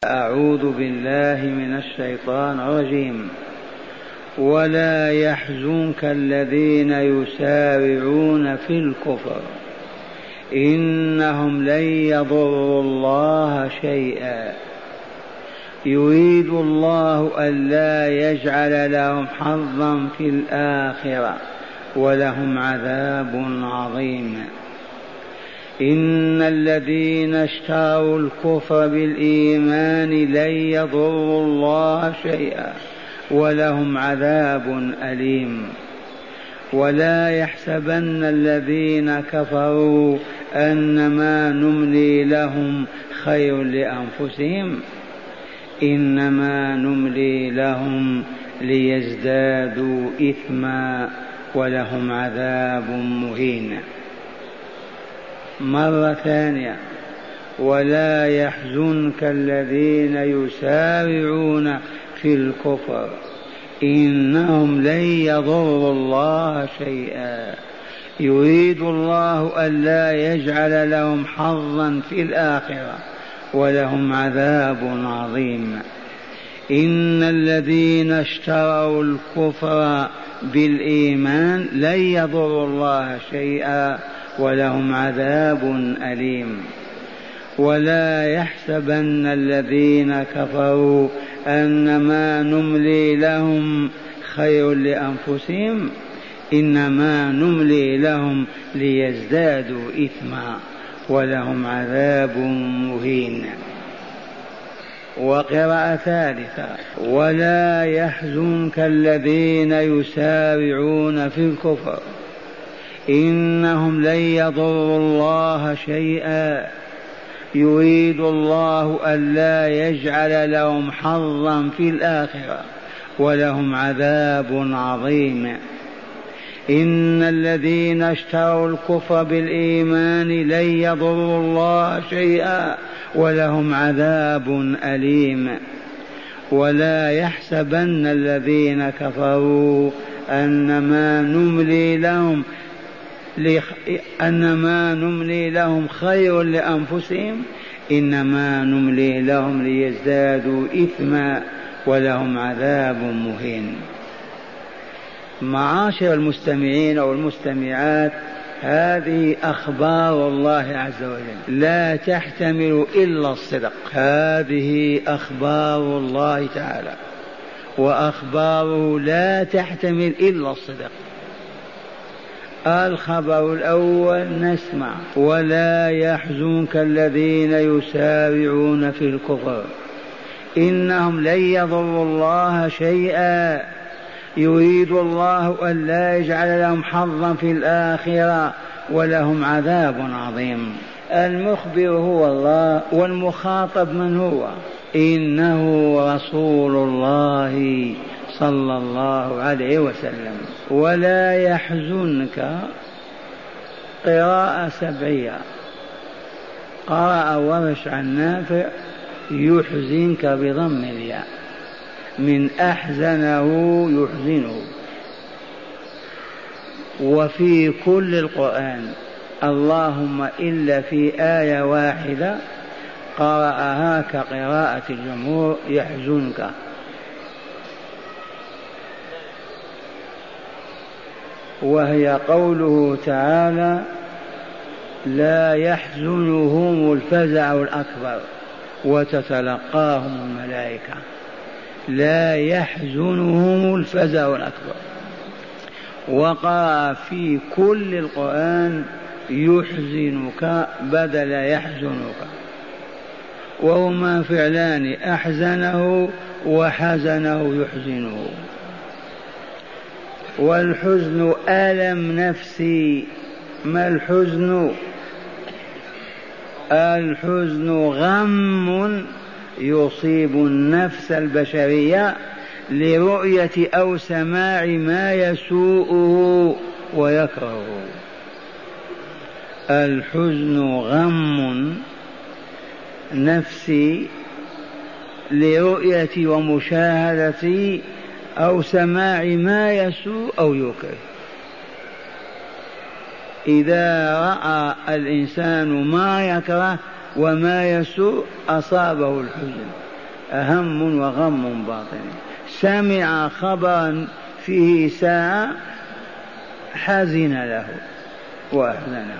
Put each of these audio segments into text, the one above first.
أعوذ بالله من الشيطان الرجيم. ولا يحزنك الذين يسارعون في الكفر إنهم لن يضروا الله شيئا يريد الله ألا يجعل لهم حظا في الآخرة ولهم عذاب عظيم. إن الذين اشتروا الكفر بالإيمان لن يضروا الله شيئا ولهم عذاب أليم. ولا يحسبن الذين كفروا أنما نملي لهم خير لأنفسهم إنما نملي لهم ليزدادوا إثما ولهم عذاب مهين. مرة ثانية: ولا يحزنك الذين يسارعون في الكفر إنهم لن يضروا الله شيئا يريد الله ألا يجعل لهم حظا في الآخرة ولهم عذاب عظيم. إن الذين اشتروا الكفر بالإيمان لن يضروا الله شيئا ولهم عذاب أليم. ولا يحسبن الذين كفروا أنما نملي لهم خير لأنفسهم إنما نملي لهم ليزدادوا إثما ولهم عذاب مهين. وقراءة ثالثة: ولا يحزنك الذين يسارعون في الكفر إنهم لن يضروا الله شيئا يريد الله ألا يجعل لهم حظا في الآخرة ولهم عذاب عظيم. إن الذين اشتروا الكفر بالإيمان لن يضروا الله شيئا ولهم عذاب أليم. ولا يحسبن الذين كفروا أنما نملي لهم خير لأنفسهم إنما نملي لهم ليزدادوا إثما ولهم عذاب مهين. معاشر المستمعين والمستمعات، هذه أخبار الله عز وجل لا تحتمل إلا الصدق. هذه أخبار الله تعالى وأخباره لا تحتمل إلا الصدق. الخبر الأول نسمع: ولا يحزنك الذين يسارعون في الكفر إنهم لن يضروا الله شيئا يريد الله ألا يجعل لهم حظا في الآخرة ولهم عذاب عظيم. المخبر هو الله والمخاطب من هو؟ إنه رسول الله صلى الله عليه وسلم. ولا يحزنك قراءة سبعية، قرأ ورش عن نافع: يحزنك بضم الياء، من أحزنه يحزنه. وفي كل القرآن اللهم إلا في آية واحدة قرأها كقراءة الجمهور: يحزنك. وهي قوله تعالى: لا يحزنهم الفزع الأكبر وتتلقاهم الملائكة. لا يحزنهم الفزع الأكبر. وقع في كل القرآن يحزنك بدل يحزنك، وهما فعلان: أحزنه وحزنه يحزنه. والحزن ألم نفسي. ما الحزن؟ الحزن غم يصيب النفس البشرية لرؤية أو سماع ما يسوءه ويكرهه. الحزن غم نفسي لرؤية ومشاهدة أو سماع ما يسوء أو يكره. إذا رأى الإنسان ما يكره وما يسوء أصابه الحزن، هم وغم باطن. سمع خبرا فيه ساعة حزن له وأحزنه.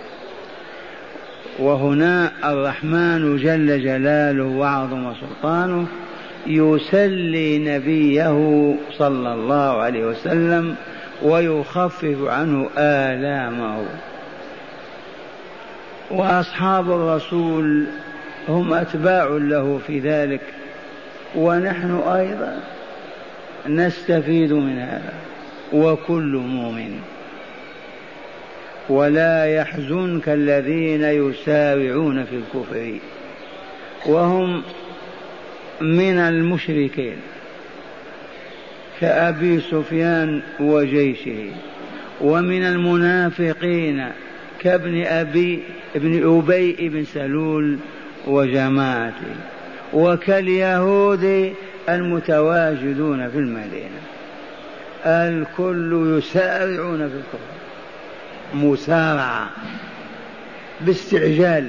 وهنا الرحمن جل جلاله وعظم سلطانه يسلي نبيه صلى الله عليه وسلم ويخفف عنه آلامه. وأصحاب الرسول هم أتباع له في ذلك، ونحن أيضا نستفيد من هذا. وكل مؤمن. ولا يحزنك الذين يسارعون في الكفر وهم من المشركين كأبي سفيان وجيشه، ومن المنافقين كابن أبي بن سلول وجماعته، وكاليهود المتواجدون في المدينة. الكل يسارعون في الكفر مسارعة باستعجال.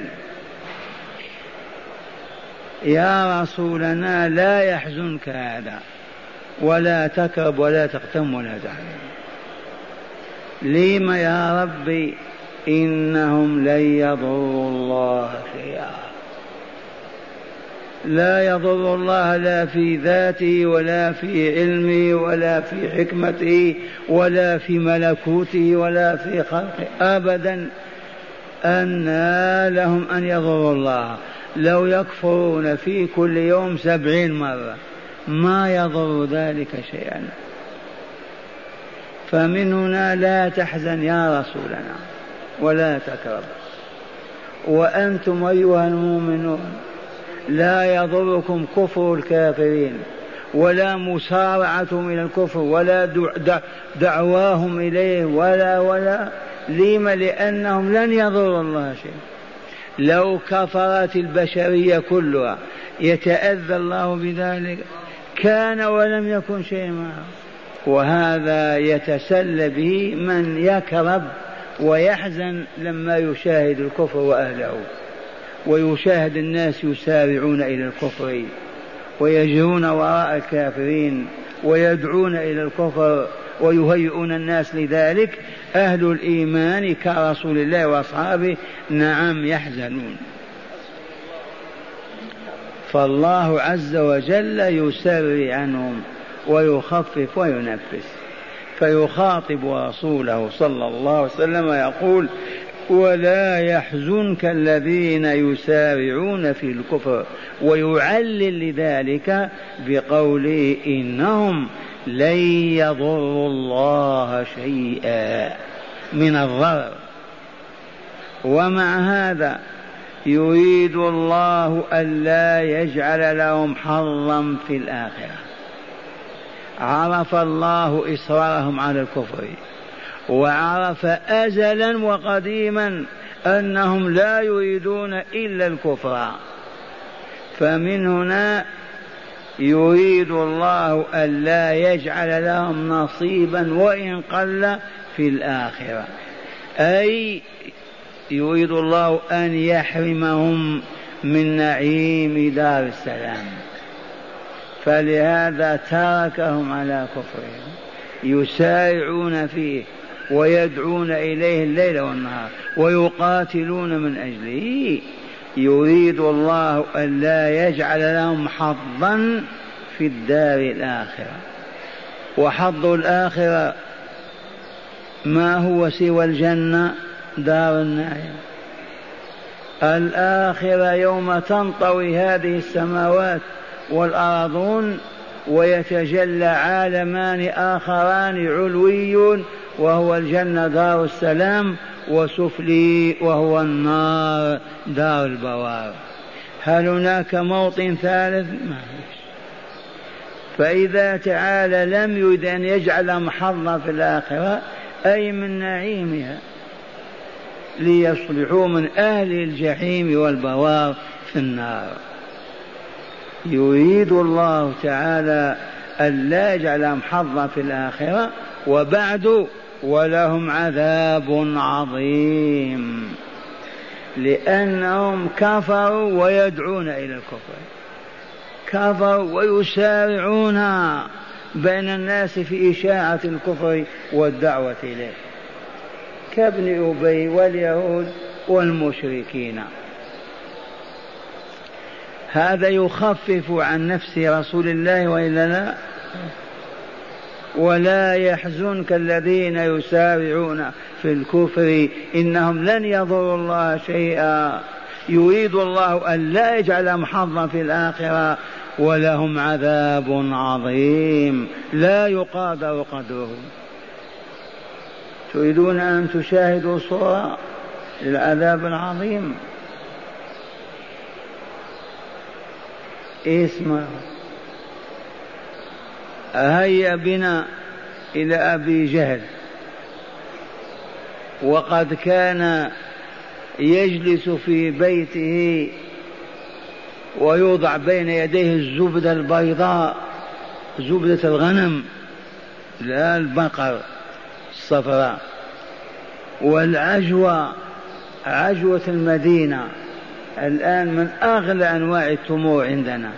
يا رسولنا لا يحزنك هذا، ولا تكرب ولا تغتم ولا تحزن. لم يا ربي؟ إنهم لن يضروا الله شيئا. لا يضر الله لا في ذاته ولا في علمه ولا في حكمته ولا في ملكوته ولا في خلقه أبدا. أن لهم أن يضروا الله؟ لو يكفرون في كل يوم 70 مرة ما يضر ذلك شيئا. فمن هنا لا تحزن يا رسولنا ولا تكرب. وأنتم أيها المؤمنون لا يضركم كفر الكافرين ولا مسارعتهم إلى الكفر ولا دعواهم إليه ولا لما؟ لأنهم لن يضروا الله شيء. لو كفرت البشرية كلها يتأذى الله بذلك؟ كان ولم يكن شيء معه. وهذا يتسلى به من يكرب ويحزن لما يشاهد الكفر وأهله، ويشاهد الناس يسارعون إلى الكفر ويجرون وراء الكافرين ويدعون إلى الكفر ويهيئون الناس لذلك. أهل الإيمان كرسول الله وأصحابه نعم يحزنون. فالله عز وجل يسري عنهم ويخفف وينفس. فيخاطب رسوله صلى الله عليه وسلم يقول: ولا يحزنك الذين يسارعون في الكفر، ويعلل لذلك بقوله: إنهم لن يضروا الله شيئا من الضرر. ومع هذا يريد الله ألا يجعل لهم حظا في الآخرة. عرف الله إصرارهم على الكفر، وعرف أزلا وقديما أنهم لا يريدون إلا الكفر. فمن هنا يريد الله ألا يجعل لهم نصيبا وإن قل في الآخرة، أي يريد الله أن يحرمهم من نعيم دار السلام. فلهذا تركهم على كفرهم يسارعون فيه ويدعون إليه الليل والنهار ويقاتلون من أجله. يريد الله أن لا يجعل لهم حظا في الدار الآخرة. وحظ الآخرة ما هو سوى الجنة؟ دار النعيم. الآخرة يوم تنطوي هذه السماوات والأرضون ويتجلى عالمان آخران علوي وهو الجنة دار السلام، وسفلي وهو النار دار البوار. هل هناك موطن ثالث؟ ما فيش. فإذا تعالى لم يرد أن يجعل محظا في الآخرة أي من نعيمها ليصلحوا من أهل الجحيم والبوار في النار. يريد الله تعالى أن لا يجعلهم حظا في الآخرة. وبعد ولهم عذاب عظيم لأنهم كفروا ويدعون إلى الكفر. كفروا ويسارعون بين الناس في إشاعة الكفر والدعوة إليه كابن أبي واليهود والمشركين. هذا يخفف عن نفس رسول الله وإلا لا؟ ولا يحزنك الذين يسارعون في الكفر إنهم لن يضروا الله شيئا يريد الله أن لا يجعلهم حظا في الآخرة ولهم عذاب عظيم لا يقادر قدره. تريدون أن تشاهدوا صورة للعذاب العظيم؟ اسمع، هيا بنا إلى أبي جهل، وقد كان يجلس في بيته ويوضع بين يديه الزبدة البيضاء، زبدة الغنم لا البقر الصفراء، والعجوة عجوة المدينة الآن من أغلى أنواع التمور عندنا،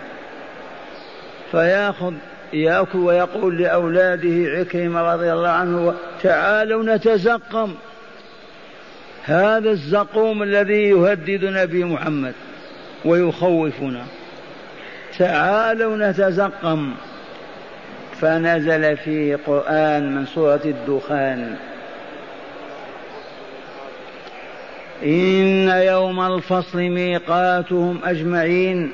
يأكل ويقول لأولاده عكرمة رضي الله عنه تعالوا نتزقم، هذا الزقوم الذي يهدد نبي محمد ويخوفنا، تعالوا نتزقم. فنزل فيه قرآن من سورة الدخان: إن يوم الفصل ميقاتهم أجمعين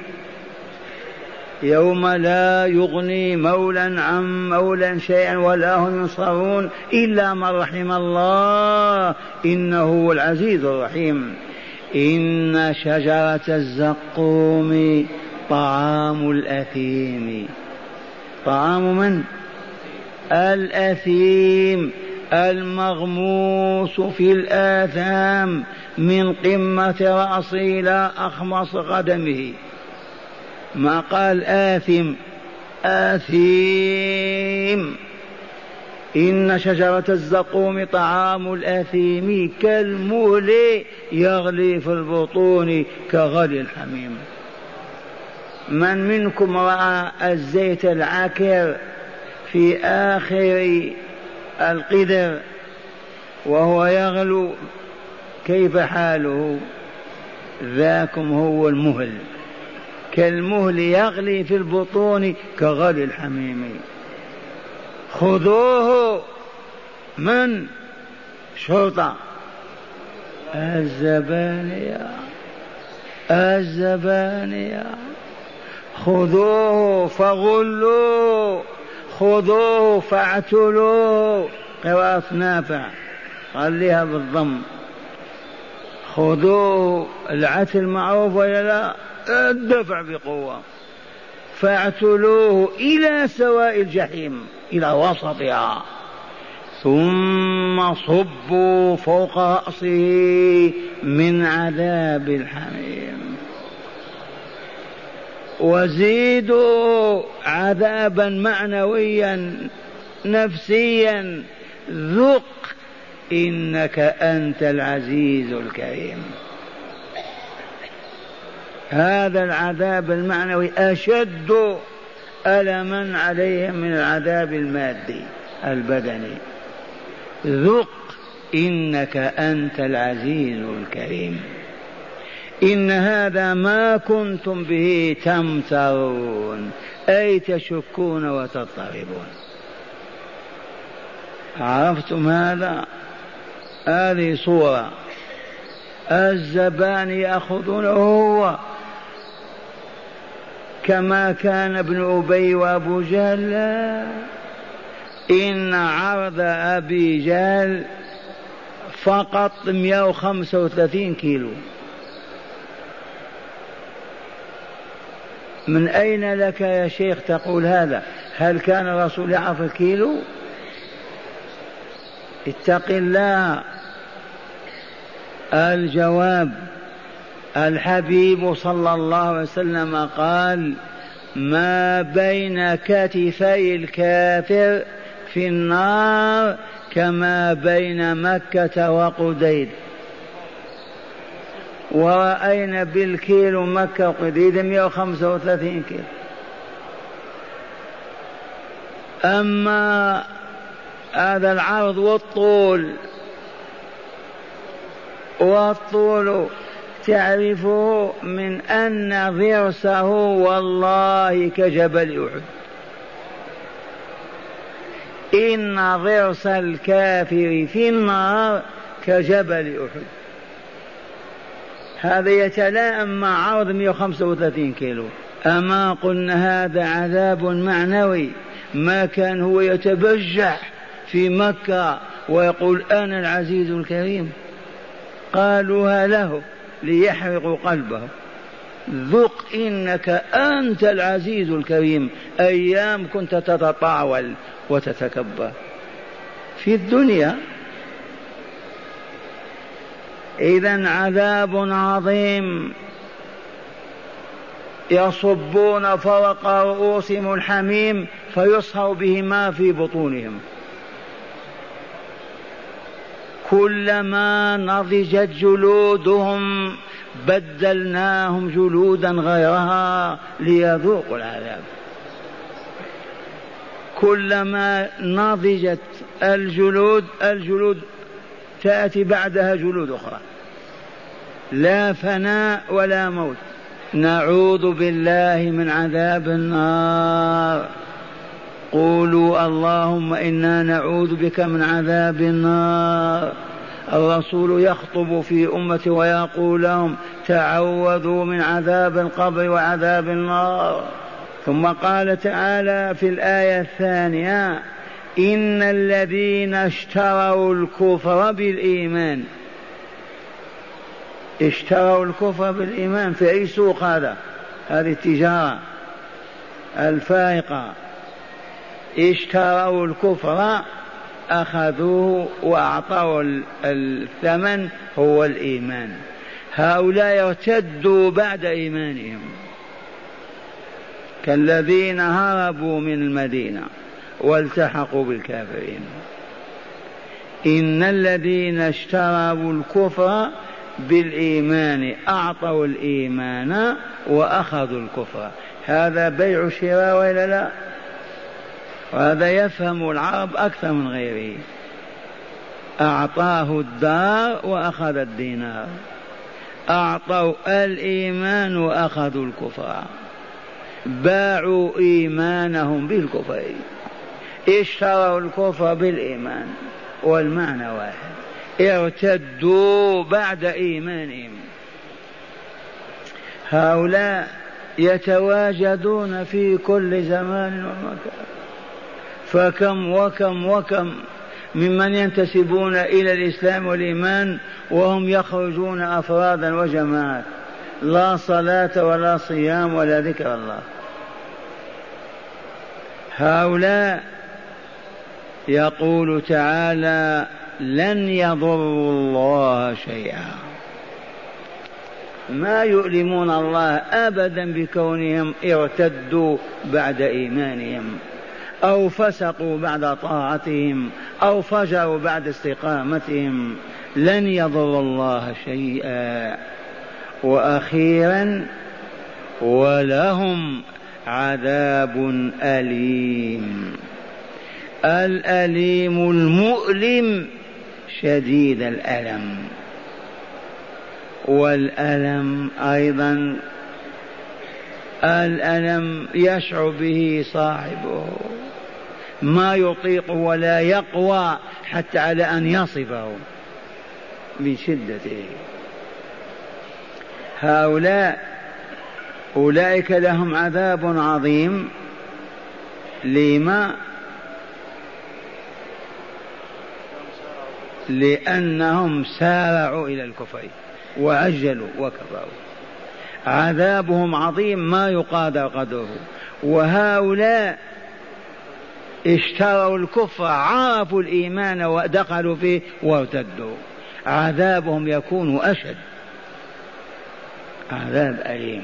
يوم لا يغني مولا عن مولا شيئا ولا هم ينصرون إلا من رحم الله إنه هو العزيز الرحيم. إن شجرة الزقوم طعام الأثيم. طعام من؟ الأثيم المغموس في الآثام من قمة رأسه إلى أخمص قدمه. ما قال آثم، آثيم. إن شجرة الزقوم طعام الأثيم كالمهل يغلي في البطون كغلي الحميم. من منكم رأى الزيت العكر في آخر القدر وهو يغلو كيف حاله؟ ذاكم هو المهل، كالمهل يغلي في البطون كغلي الحميم. خذوه. من؟ شرطة الزبانية، الزبانية. خذوه فغلوه، خذوه فاعتلوه. قراءة نافع خليها بالضم. خذوه العتل معروف ولا لا؟ الدفع بقوة. فاعتلوه إلى سواء الجحيم، إلى وسطها، ثم صبوا فوق رأسه من عذاب الحميم، وزيدوا عذابا معنويا نفسيا، ذق إنك أنت العزيز الكريم. هذا العذاب المعنوي أشد ألما عليهم من العذاب المادي البدني. ذق إنك أنت العزيز الكريم. إن هذا ما كنتم به تمترون، أي تشكون وتضطربون. عرفتم هذا؟ هذه صورة. الزبان يأخذونه هو كما كان ابن أبي وأبو جهل. إن عرض أبي جهل فقط 135 كيلو. من أين لك يا شيخ تقول هذا؟ هل كان الرسول يعرف الكيلو؟ اتق الله. الجواب: الحبيب صلى الله عليه وسلم قال: ما بين كتفي الكافر في النار كما بين مكة وقديد. ورأينا بالكيلو مكة وقديد 135 كيلو. أما هذا العرض والطول تعرفه من أن ضرسه والله كجبل أحد. إن ضرس الكافر في النار كجبل أحد. هذا يتلائم مع عرض 135 كيلو. أما قلنا هذا عذاب معنوي، ما كان هو يتبجح في مكة ويقول أنا العزيز الكريم، قالوها له ليحرقوا قلبه. ذق إنك أنت العزيز الكريم. أيام كنت تتطاول وتتكبر في الدنيا. إذن عذاب عظيم. يصبون فوق رؤوسهم الحميم فيصهر به ما في بطونهم. كلما نضجت جلودهم بدلناهم جلودا غيرها ليذوقوا العذاب. كلما نضجت الجلود تأتي بعدها جلود أخرى، لا فناء ولا موت. نعوذ بالله من عذاب النار. قولوا اللهم إنا نعوذ بك من عذاب النار. الرسول يخطب في أمته ويقول لهم تعوذوا من عذاب القبر وعذاب النار. ثم قال تعالى في الآية الثانية إن الذين اشتروا الكفر بالإيمان. اشتروا الكفر بالإيمان في أي سوق؟ هذه التجارة الفائقة. اشتروا الكفر أخذوه وأعطوا الثمن هو الإيمان. هؤلاء ارتدوا بعد إيمانهم كالذين هربوا من المدينة والتحقوا بالكافرين. إن الذين اشتروا الكفر بالإيمان أعطوا الإيمان وأخذوا الكفر. هذا بيع شراء ولا لا؟ وهذا يفهم العرب أكثر من غيره. أعطاه الدار وأخذ الدينار. أعطوا الإيمان وأخذوا الكفر. باعوا إيمانهم بالكفر. اشتروا الكفر بالإيمان والمعنى واحد. ارتدوا بعد إيمانهم. هؤلاء يتواجدون في كل زمان ومكان. فكم وكم ممن ينتسبون إلى الإسلام والإيمان وهم يخرجون أفرادا وجماعات، لا صلاة ولا صيام ولا ذكر الله. هؤلاء يقول تعالى لن يضروا الله شيئا. ما يؤلمون الله أبدا بكونهم ارتدوا بعد إيمانهم أو فسقوا بعد طاعتهم أو فجروا بعد استقامتهم. لن يضر الله شيئا. وأخيرا ولهم عذاب أليم. الأليم المؤلم شديد الألم. والألم أيضا الألم يشعر به صاحبه، ما يطيق ولا يقوى حتى على أن يصفه من شدته. أولئك لهم عذاب عظيم. لما؟ لأنهم سارعوا إلى الكفر وعجلوا وكفروا. عذابهم عظيم ما يقادر قدره. وهؤلاء اشتروا الكفر، عرفوا الإيمان ودخلوا فيه وارتدوا. عذابهم يكون أشد، عذاب أليم.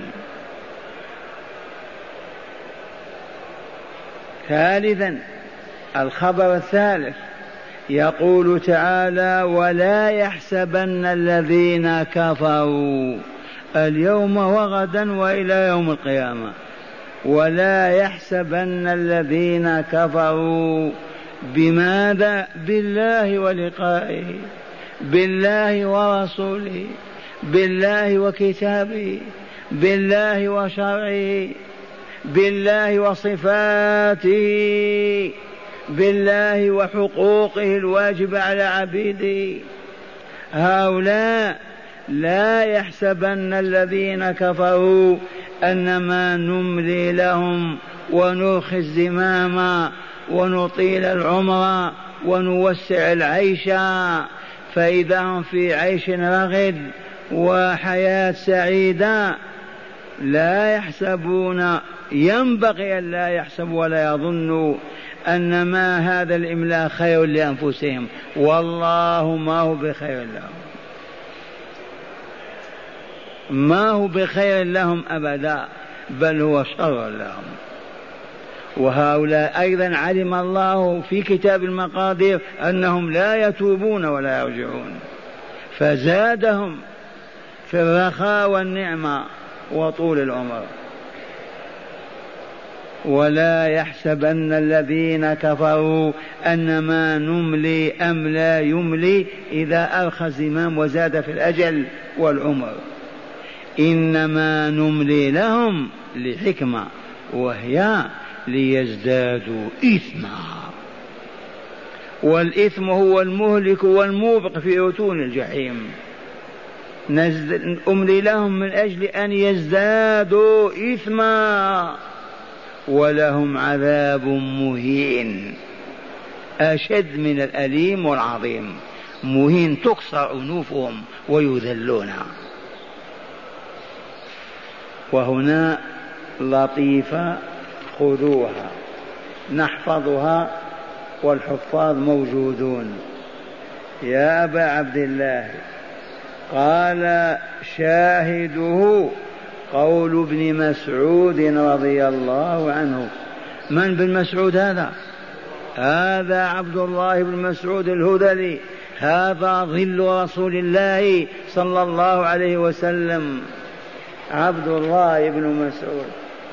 ثالثا الخبر الثالث يقول تعالى ولا يحسبن الذين كفروا اليوم وغدا وإلى يوم القيامة ولا يحسبن الذين كفروا بماذا؟ بالله ولقائه، بالله ورسوله، بالله وكتابه، بالله وشرعه، بالله وصفاته، بالله وحقوقه الواجبة على عبيده. هؤلاء لا يحسبن الذين كفروا أنما نملي لهم ونرخي الزمام ونطيل العمر ونوسع العيش فإذا هم في عيش رغد وحياة سعيدة. لا يحسبون، ينبغي أن لا يحسبوا ولا يظنوا أن ما هذا الإملاء خير لأنفسهم، والله ما هو بخير لهم، ما هو بخير لهم أبدا، بل هو شر لهم. وهؤلاء أيضا علم الله في كتاب المقادير أنهم لا يتوبون ولا يرجعون، فزادهم في الرخاء والنعمة وطول العمر. ولا يحسبن الذين كفروا أنما نملي أم لا يملي إذا أرخى الزمام وزاد في الأجل والعمر، إنما نملي لهم لحكمة، وهي ليزدادوا إثما، والإثم هو المهلك والموبق في أتون الجحيم. أملي لهم من أجل أن يزدادوا إثما، ولهم عذاب مهين أشد من الأليم والعظيم، مهين تكسر أنوفهم ويذلون. وهنا لطيفة خذوها نحفظها والحفاظ موجودون. يا أبا عبد الله، قال شاهده قول ابن مسعود رضي الله عنه. من بن مسعود هذا؟ هذا عبد الله بن مسعود الهذلي، هذا ظل رسول الله صلى الله عليه وسلم، عبد الله بن مسعود.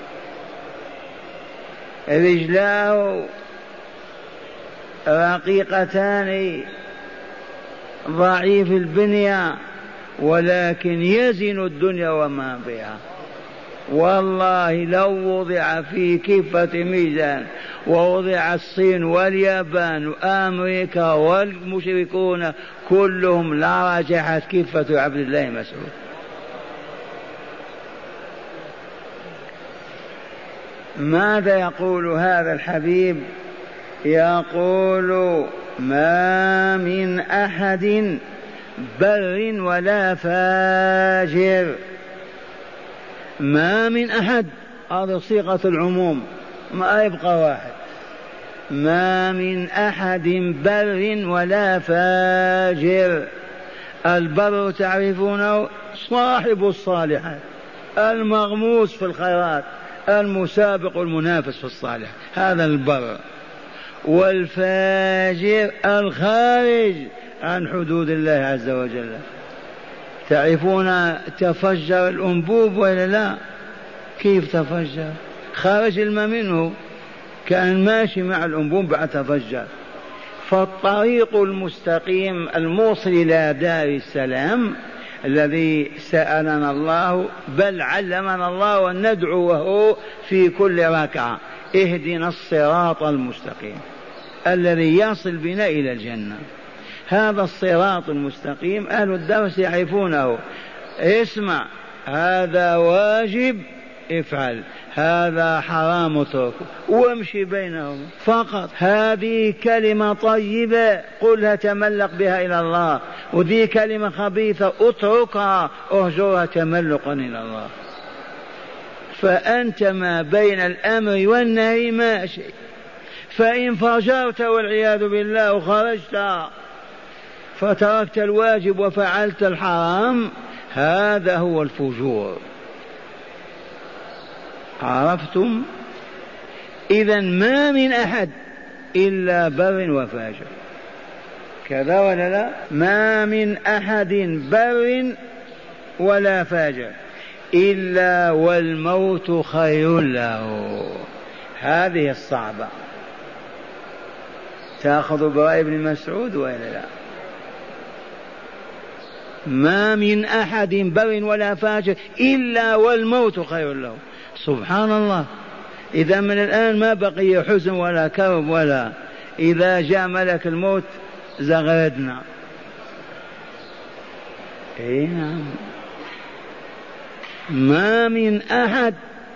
رجلاه رقيقتان ضعيف البنية، ولكن يزن الدنيا وما بها. والله لو وضع في كفة ميزان ووضع الصين واليابان وأمريكا والمشركون كلهم لا رجحت كفة عبد الله مسعود. ماذا يقول هذا الحبيب؟ يقول ما من أحد بر ولا فاجر، ما من أحد، هذا صيغة العموم ما يبقى واحد، ما من أحد بر ولا فاجر. البر تعرفونه صاحب الصالحات، المغموس في الخيرات، المسابق المنافس في الصالح، هذا البر. والفاجر الخارج عن حدود الله عز وجل. تعرفون تفجر الأنبوب ولا لا؟ كيف تفجر؟ خرج الماء منه، كان ماشي مع الأنبوب بعد تفجر. فالطريق المستقيم الموصل إلى دار السلام الذي سألنا الله بل علمنا الله أن ندعوه في كل ركعة، اهدنا الصراط المستقيم الذي يصل بنا إلى الجنة. هذا الصراط المستقيم أهل الدرس يعرفونه. اسمع، هذا واجب افعل، هذا حرام اتركه، وامشي بينهم فقط. هذه كلمة طيبة قلها تملق بها إلى الله، وذي كلمة خبيثة اتركها اهجرها تملقا إلى الله. فأنت ما بين الأمر والنهي ماشي، فإن فجرت والعياذ بالله وخرجت فتركت الواجب وفعلت الحرام، هذا هو الفجور. عرفتم؟ إذن ما من أحد إلا بر وفاجر، كذا ولا لا؟ ما من أحد بر ولا فاجر إلا والموت خير له. هذه الصعبة. تأخذ برأي ابن مسعود وإلا لا؟ ما من أحد بر ولا فاجر إلا والموت خير له. سبحان الله. إذا من الآن ما بقي حزن ولا كرب ولا، إذا جاء ملك الموت زغردنا. نعم. ما من أحد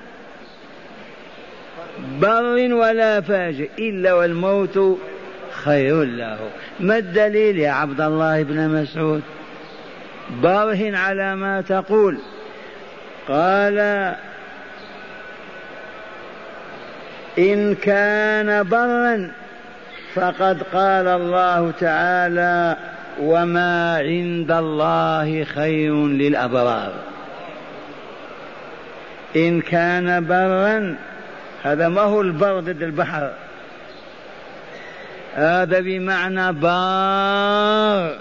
بر ولا فاجر إلا والموت خير له. ما الدليل يا عبد الله بن مسعود؟ برهن على ما تقول. قال إن كان برا فقد قال الله تعالى وما عند الله خير للأبرار. إن كان برا، هذا ما هو البر ضد البحر، هذا بمعنى بار.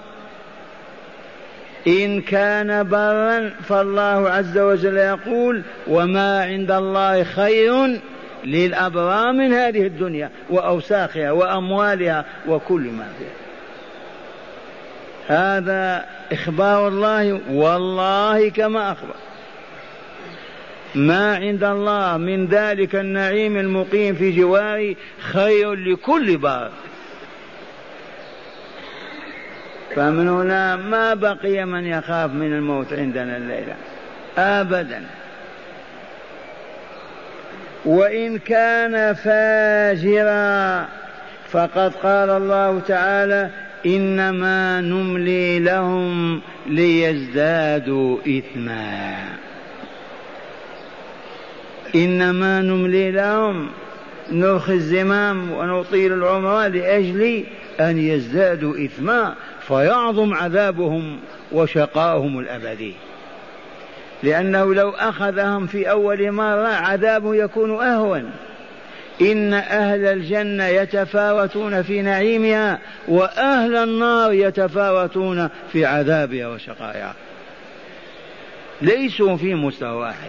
إن كان برا فالله عز وجل يقول وما عند الله خير للأبرار من هذه الدنيا وأوساخها وأموالها وكل ما فيها. هذا إخبار الله، والله كما أخبر. ما عند الله من ذلك النعيم المقيم في جواره خير لكل بار. فمن هنا ما بقي من يخاف من الموت عندنا الليلة أبدا. وإن كان فاجرا فقد قال الله تعالى إنما نملي لهم ليزدادوا إثما. إنما نملي لهم، نرخي الزمام ونطيل العمر لأجل أن يزدادوا إثما فيعظم عذابهم وشقاؤهم الأبدي. لأنه لو أخذهم في أول مرة عذابه يكون أهون. إن أهل الجنة يتفاوتون في نعيمها وأهل النار يتفاوتون في عذابها وشقائها، ليسوا في مستوى واحد.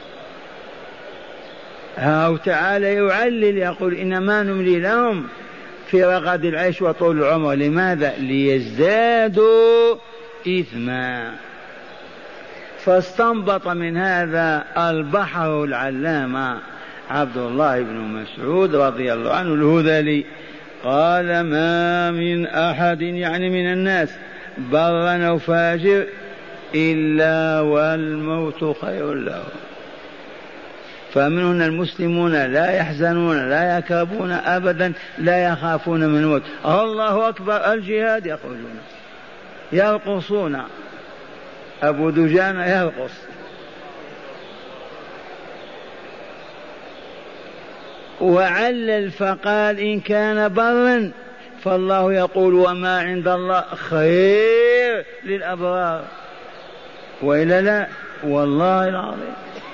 هاو تعالى يعلل يقول إنما نملي لهم في رغد العيش وطول العمر. لماذا؟ ليزدادوا إثما. فاستنبط من هذا البحر العلامة عبد الله بن مسعود رضي الله عنه الهذلي قال ما من أحد يعني من الناس بر أو فاجر إلا والموت خير له. فمن هنا المسلمون لا يحزنون لا يكربون أبدا، لا يخافون من الموت. الله أكبر الجهاد يخرجون يرقصون، أبو دجان يرقص. وعلل فقال إن كان برا فالله يقول وما عند الله خير للأبرار، وإلا لا والله العظيم.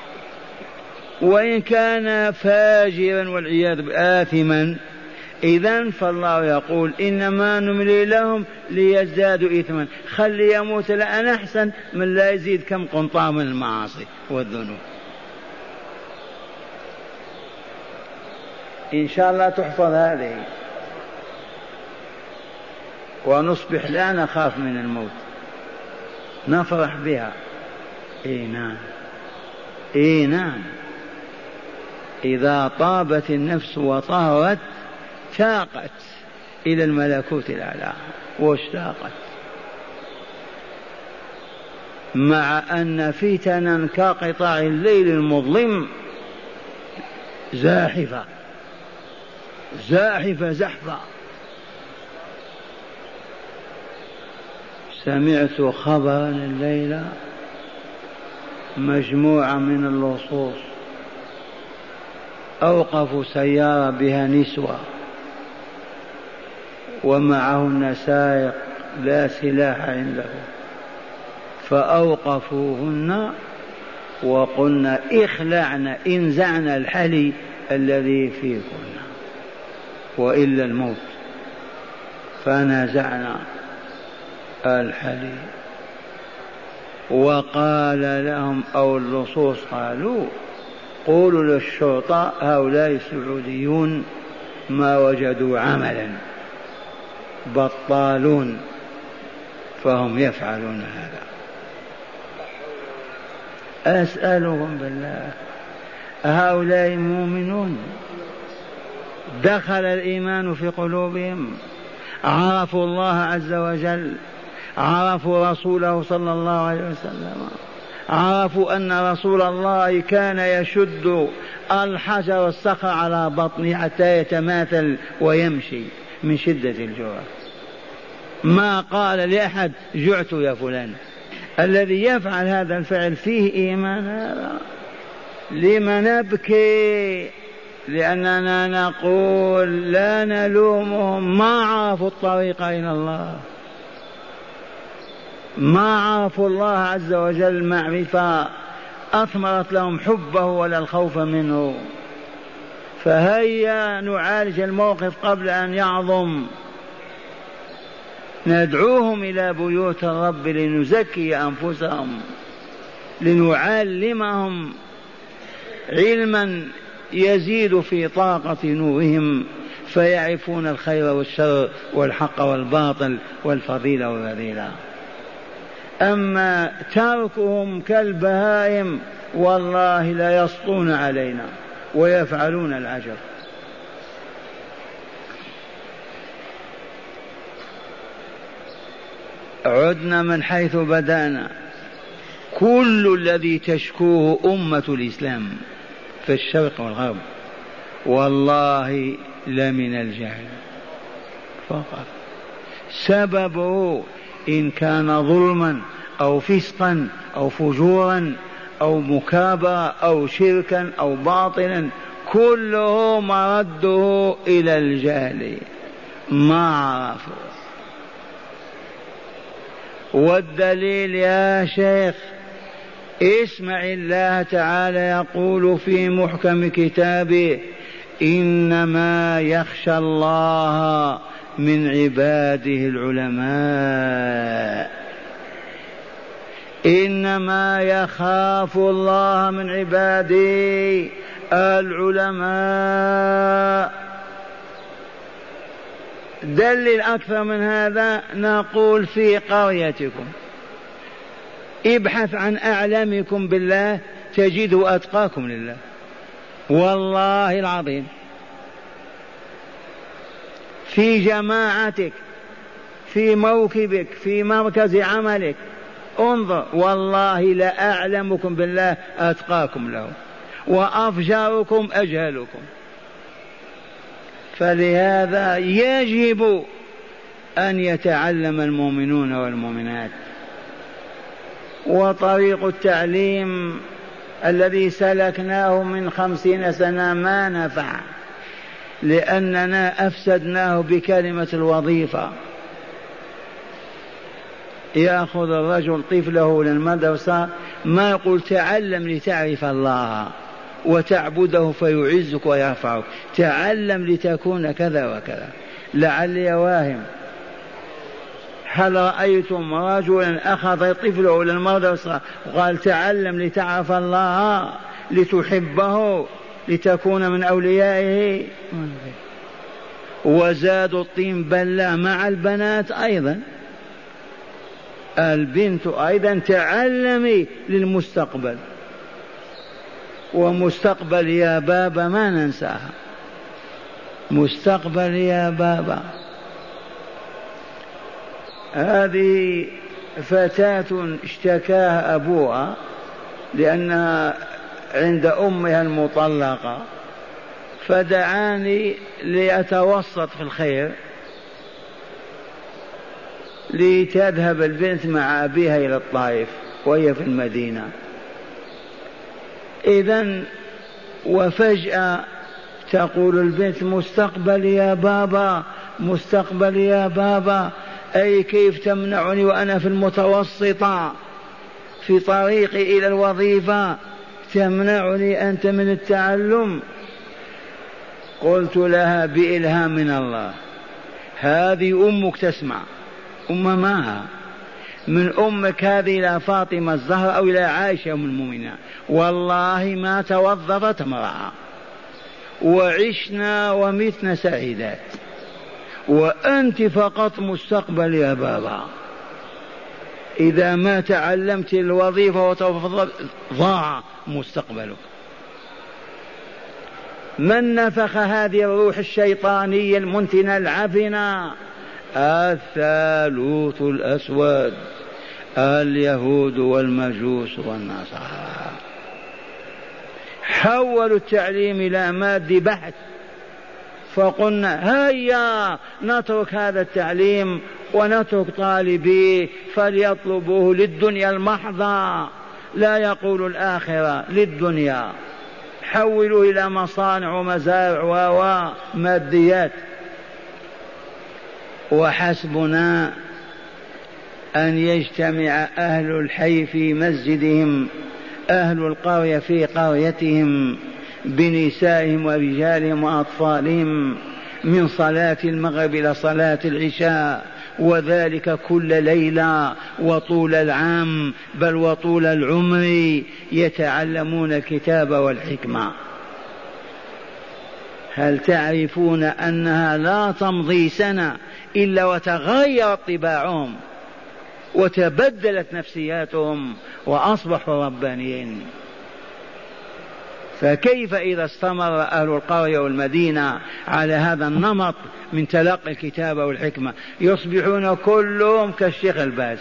وإن كان فاجرا والعياذ بالله آثما إذن فالله يقول إنما نملي لهم ليزدادوا إثما. خلي يموت لأن أحسن من لا يزيد كم قنطار من المعاصي والذنوب. إن شاء الله تحفظ هذه ونصبح لا نخاف من الموت، نفرح بها. نعم نعم. إذا طابت النفس وطهرت شاقت إلى الملكوت الأعلى واشتاقت، مع أن فتنا كقطاع الليل المظلم زاحفة زحفة. سمعت خبرا الليلة مجموعة من اللصوص أوقفوا سيارة بها نسوة ومعهن سائق لا سلاح عنده، فأوقفوهن وقلنا اخلعن انزعن الحلي الذي فيكن وإلا الموت. فنزعنا الحلي وقال لهم أو اللصوص قالوا قولوا للشرطة هؤلاء السعوديون ما وجدوا عملا بطالون فهم يفعلون هذا. أسألهم بالله هؤلاء مؤمنون دخل الإيمان في قلوبهم، عرفوا الله عز وجل، عرفوا رسوله صلى الله عليه وسلم، عرفوا أن رسول الله كان يشد الحجر والصخر على بطنه حتى يتماثل ويمشي من شدة الجوع، ما قال لأحد جعت يا فلان. الذي يفعل هذا الفعل فيه إيمان هذا. لما نبكي؟ لأننا نقول لا نلومهم، ما عرفوا الطريق إلى الله، ما عرفوا الله عز وجل معرفة أثمرت لهم حبه ولا الخوف منه. فهيا نعالج الموقف قبل أن يعظم، ندعوهم إلى بيوت الرب لنزكي أنفسهم، لنعلمهم علما يزيد في طاقة نورهم فيعرفون الخير والشر والحق والباطل والفضيلة والرذيلة. أما تركهم كالبهائم والله لا يسطون علينا ويفعلون العجب. عدنا من حيث بدأنا. كل الذي تشكوه أمة الإسلام في الشرق والغرب والله لمن الجهل فقط، سببه إن كان ظلما أو فسقا أو فجورا أو مكابرة أو شركا أو باطلا، كله مرده إلى الجهل، ما عرفوا. والدليل يا شيخ اسمع الله تعالى يقول في محكم كتابه إنما يخشى الله من عباده العلماء، إنما يخاف الله من عباده العلماء. دلل أكثر من هذا نقول في قريتكم ابحث عن أعلمكم بالله تجده أتقاكم لله، والله العظيم. في جماعتك، في موكبك، في مركز عملك، انظر والله لأعلمكم بالله أتقاكم له وأفجركم أجهلكم. فلهذا يجب أن يتعلم المؤمنون والمؤمنات. وطريق التعليم الذي سلكناه من 50 سنة ما نفع، لأننا أفسدناه بكلمة الوظيفة. يأخذ الرجل طفله للمدرسة ما يقول تعلم لتعرف الله وتعبده فيعزك ويرفعك، تعلم لتكون كذا وكذا. لعلي واهم، هل رأيتم رجلا أخذ طفله للمدرسة وقال تعلم لتعرف الله لتحبه لتكون من أوليائه؟ وزادوا الطين بلة مع البنات أيضا. البنت أيضا تعلمي للمستقبل، ومستقبل يا بابا ما ننساها، مستقبل يا بابا. هذه فتاة اشتكاها أبوها لأنها عند أمها المطلقة، فدعاني لأتوسط في الخير لتذهب البنت مع أبيها إلى الطائف وهي في المدينة. إذن وفجأة تقول البنت مستقبل يا بابا، مستقبل يا بابا. أي كيف تمنعني وأنا في المتوسطة في طريقي إلى الوظيفة، تمنعني أنت من التعلم؟ قلت لها بإلهام من الله، هذه أمك تسمع، أم معها، من أمك هذه إلى فاطمة الزهراء أو إلى عائشة أم المؤمنين، والله ما توظفت امرأة، وعشنا ومتنا سعيدات، وأنت فقط مستقبل يا بابا. إذا ما تعلمت الوظيفة وتوظفت ضاع مستقبلك. من نفخ هذه الروح الشيطانية المنتنة العفنة؟ الثالوث الأسود، اليهود والمجوس والنصارى. حولوا التعليم إلى مادة بحث، فقلنا هيا نترك هذا التعليم ونترك طالبيه فليطلبوه للدنيا المحضة، لا يقول الآخرة، للدنيا. حولوا إلى مصانع ومزارع وماديات. وحسبنا أن يجتمع أهل الحي في مسجدهم، أهل القرية في قريتهم، بنسائهم ورجالهم وأطفالهم، من صلاة المغرب إلى صلاة العشاء، وذلك كل ليلة وطول العام، بل وطول العمر، يتعلمون الكتاب والحكمة. هل تعرفون أنها لا تمضي سنة إلا وتغيرت طباعهم وتبدلت نفسياتهم وأصبحوا ربانيين؟ فكيف إذا استمر أهل القرية والمدينة على هذا النمط من تلقي الكتاب والحكمة؟ يصبحون كلهم كالشيخ الباز.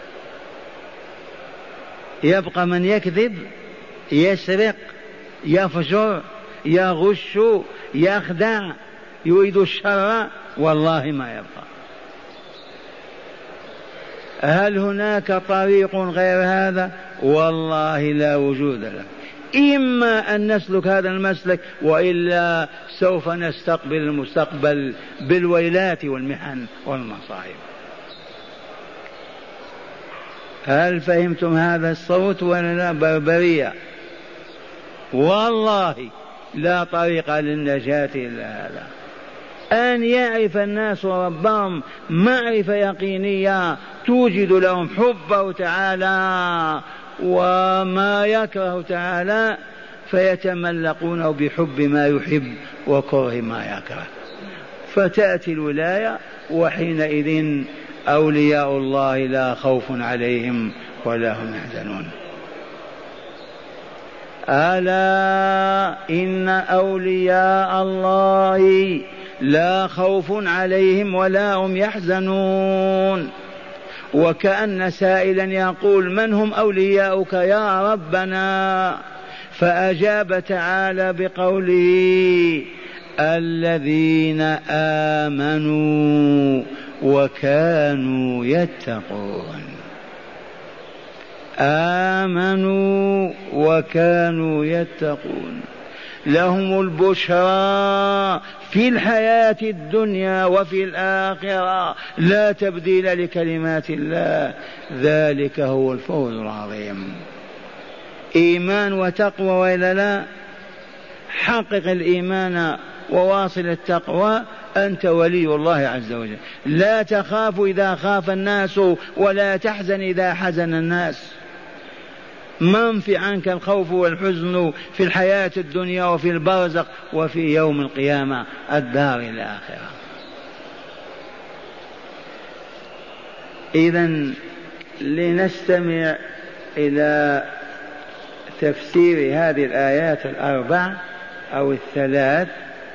يبقى من يكذب، يسرق، يفجر، يغش، يخدع، يريد الشر، والله ما يبقى. هل هناك طريق غير هذا؟ والله لا وجود له. إما أن نسلك هذا المسلك، وإلا سوف نستقبل المستقبل بالويلات والمحن والمصائب. هل فهمتم هذا الصوت ولا لا؟ بربرية والله، لا طريق للنجاة إلا هذا، أن يعرف الناس ربهم معرفة يقينية توجد لهم حبه تعالى وما يكره تعالى، فيتملقونه بحب ما يحب وكره ما يكره، فتأتي الولاية، وحينئذ أولياء الله لا خوف عليهم ولا هم يحزنون. ألا إن أولياء الله لا خوف عليهم ولا هم يحزنون. وكأن سائلا يقول من هم أولياؤك يا ربنا؟ فأجاب تعالى بقوله الذين آمنوا وكانوا يتقون. آمنوا وكانوا يتقون، لهم البشرى في الحياة الدنيا وفي الآخرة، لا تبديل لكلمات الله، ذلك هو الفوز العظيم. إيمان وتقوى وإلا لا؟ حقق الإيمان وواصل التقوى، أنت ولي الله عز وجل. لا تخاف إذا خاف الناس، ولا تحزن إذا حزن الناس. منفي عنك الخوف والحزن في الحياة الدنيا وفي البرزخ وفي يوم القيامة الدار الآخرة. إذن لنستمع إلى تفسير هذه الآيات الأربع أو الثلاث.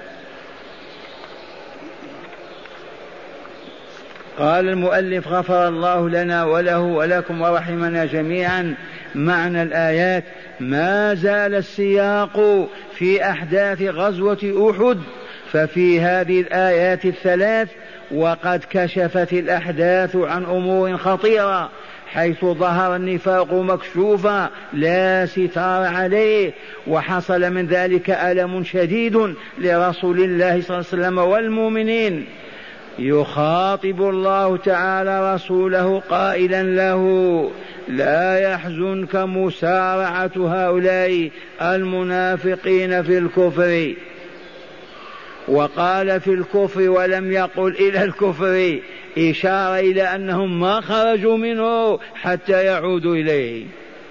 قال المؤلف غفر الله لنا وله ولكم ورحمنا جميعا. معنى الآيات: ما زال السياق في أحداث غزوة أحد، ففي هذه الآيات الثلاث وقد كشفت الأحداث عن أمور خطيرة، حيث ظهر النفاق مكشوفا لا ستار عليه، وحصل من ذلك ألم شديد لرسول الله صلى الله عليه وسلم والمؤمنين. يخاطب الله تعالى رسوله قائلا له: لا يحزنك مسارعة هؤلاء المنافقين في الكفر. وقال في الكفر ولم يقل إلى الكفر، إشارة إلى أنهم ما خرجوا منه حتى يعودوا إليه.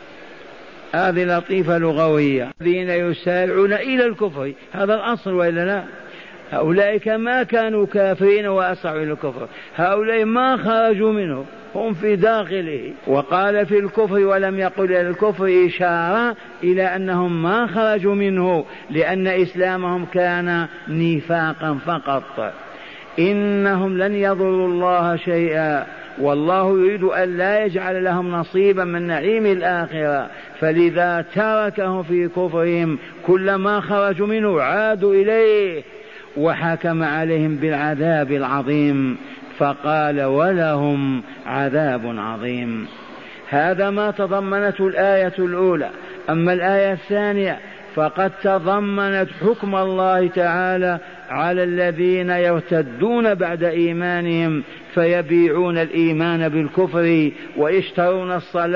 هذه لطيفة لغوية. الذين يسارعون إلى الكفر، هذا الأصل وإلا لا؟ هؤلاء ما كانوا كافرين وأسرعوا إلى الكفر، هؤلاء ما خرجوا منه، هم في داخله. وقال في الكفر ولم يقل إلى الكفر، إشارة إلى أنهم ما خرجوا منه لأن إسلامهم كان نفاقا فقط. إنهم لن يضروا الله شيئا، والله يريد أن لا يجعل لهم نصيبا من نعيم الآخرة، فلذا تركهم في كفرهم، كلما خرجوا منه عادوا إليه، وحكم عليهم بالعذاب العظيم، فقال ولهم عذاب عظيم. هذا ما تضمنته الآية الأولى. أما الآية الثانية فقد تضمنت حكم الله تعالى على الذين يرتدون بعد إيمانهم فيبيعون الإيمان بالكفر ويشترون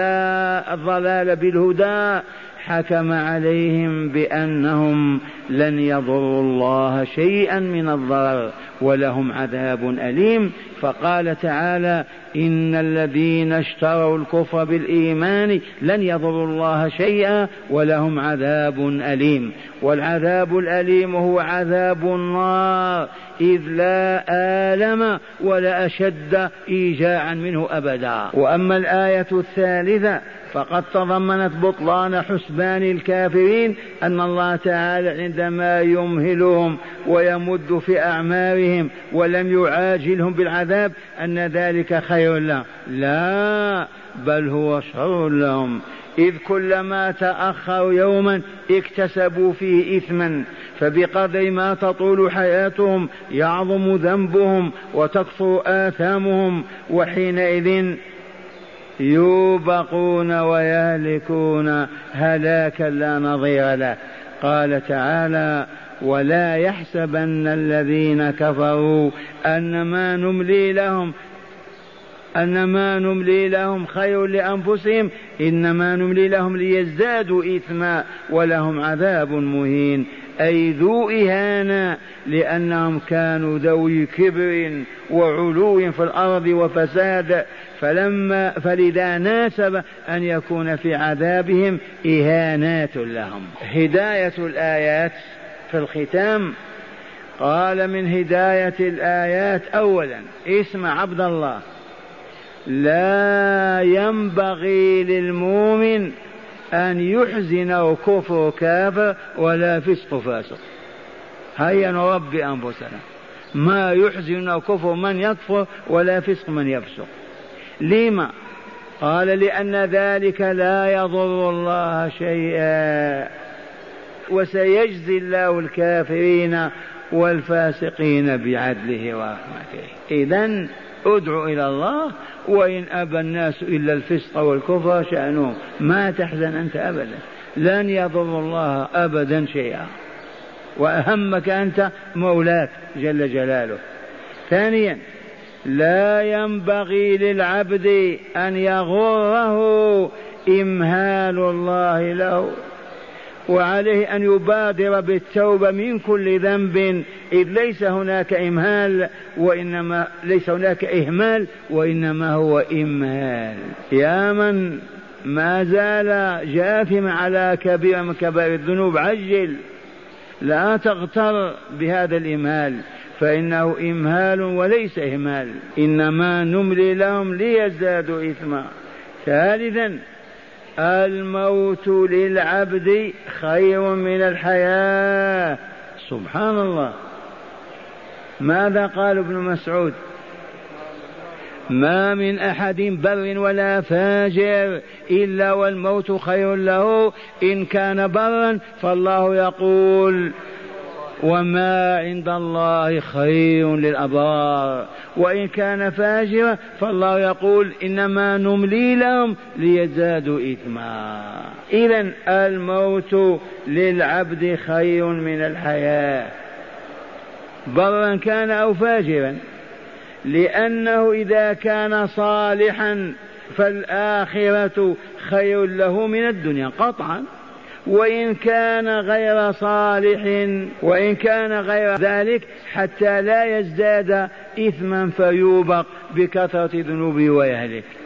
الضلال بالهدى. حكم عليهم بأنهم لن يضروا الله شيئا من الضرر ولهم عذاب أليم. فقال تعالى إن الذين اشتروا الكفر بالإيمان لن يضروا الله شيئا ولهم عذاب أليم. والعذاب الأليم هو عذاب النار، إذ لا آلم ولا أشد إيجاعا منه أبدا. وأما الآية الثالثة فقد تضمنت بطلان حسبان الكافرين، أن الله تعالى عندما يمهلهم ويمد في أعمارهم ولم يعاجلهم بالعذاب أن ذلك خير لهم، لا، بل هو شر لهم، إذ كلما تأخروا يوما اكتسبوا فيه إثما، فبقدر ما تطول حياتهم يعظم ذنبهم وتكثر آثامهم، وحينئذ يوبقون ويهلكون هلاكا لا نظير له. قال تعالى ولا يحسبن الذين كفروا أنما نملي لهم خير لأنفسهم، إنما نملي لهم ليزدادوا إثما ولهم عذاب مهين، أي ذو إهانة، لأنهم كانوا ذوي كبر وعلو في الأرض وفساد، فلذا ناسب أن يكون في عذابهم إهانات لهم. هداية الآيات في الختام، قال من هداية الآيات أولا اسمع عبد الله، لا ينبغي للمؤمن أن يحزنه كفر كافر ولا فسق فاسق. هيا نربي أنفسنا، ما يحزنه كفر من يكفر ولا فسق من يفسق. لما؟ قال لأن ذلك لا يضر الله شيئا، وسيجزي الله الكافرين والفاسقين بعدله ورحمته. إذن ادع إلى الله، وإن أبى الناس إلا الفسق والكفر شأنهم، ما تحزن أنت أبدا، لن يضر الله أبدا شيئا، وأهمك أنت مولاك جل جلاله. ثانيا لا ينبغي للعبد أن يغره إمهال الله له، وعليه أن يبادر بالتوبة من كل ذنب، إذ ليس هناك إمهال وإنما ليس هناك إهمال وإنما هو إمهال. يا من ما زال جاثما على كبير من كبائر الذنوب عجل، لا تغتر بهذا الإمهال، فإنه إمهال وليس إهمال، إنما نملي لهم ليزدادوا إثما. ثالثا الموت للعبد خير من الحياة. سبحان الله، ماذا قال ابن مسعود؟ ما من أحد بر ولا فاجر إلا والموت خير له، إن كان برا فالله يقول وما عند الله خير للأبرار، وإن كان فاجرا فالله يقول إنما نملي لهم ليزدادوا إثما. إذن الموت للعبد خير من الحياة، برا كان أو فاجرا، لأنه إذا كان صالحا فالآخرة خير له من الدنيا قطعا، وإن كان غير صالح، وإن كان غير ذلك، حتى لا يزداد إثما فيوبق بكثرة ذنوبه ويهلك.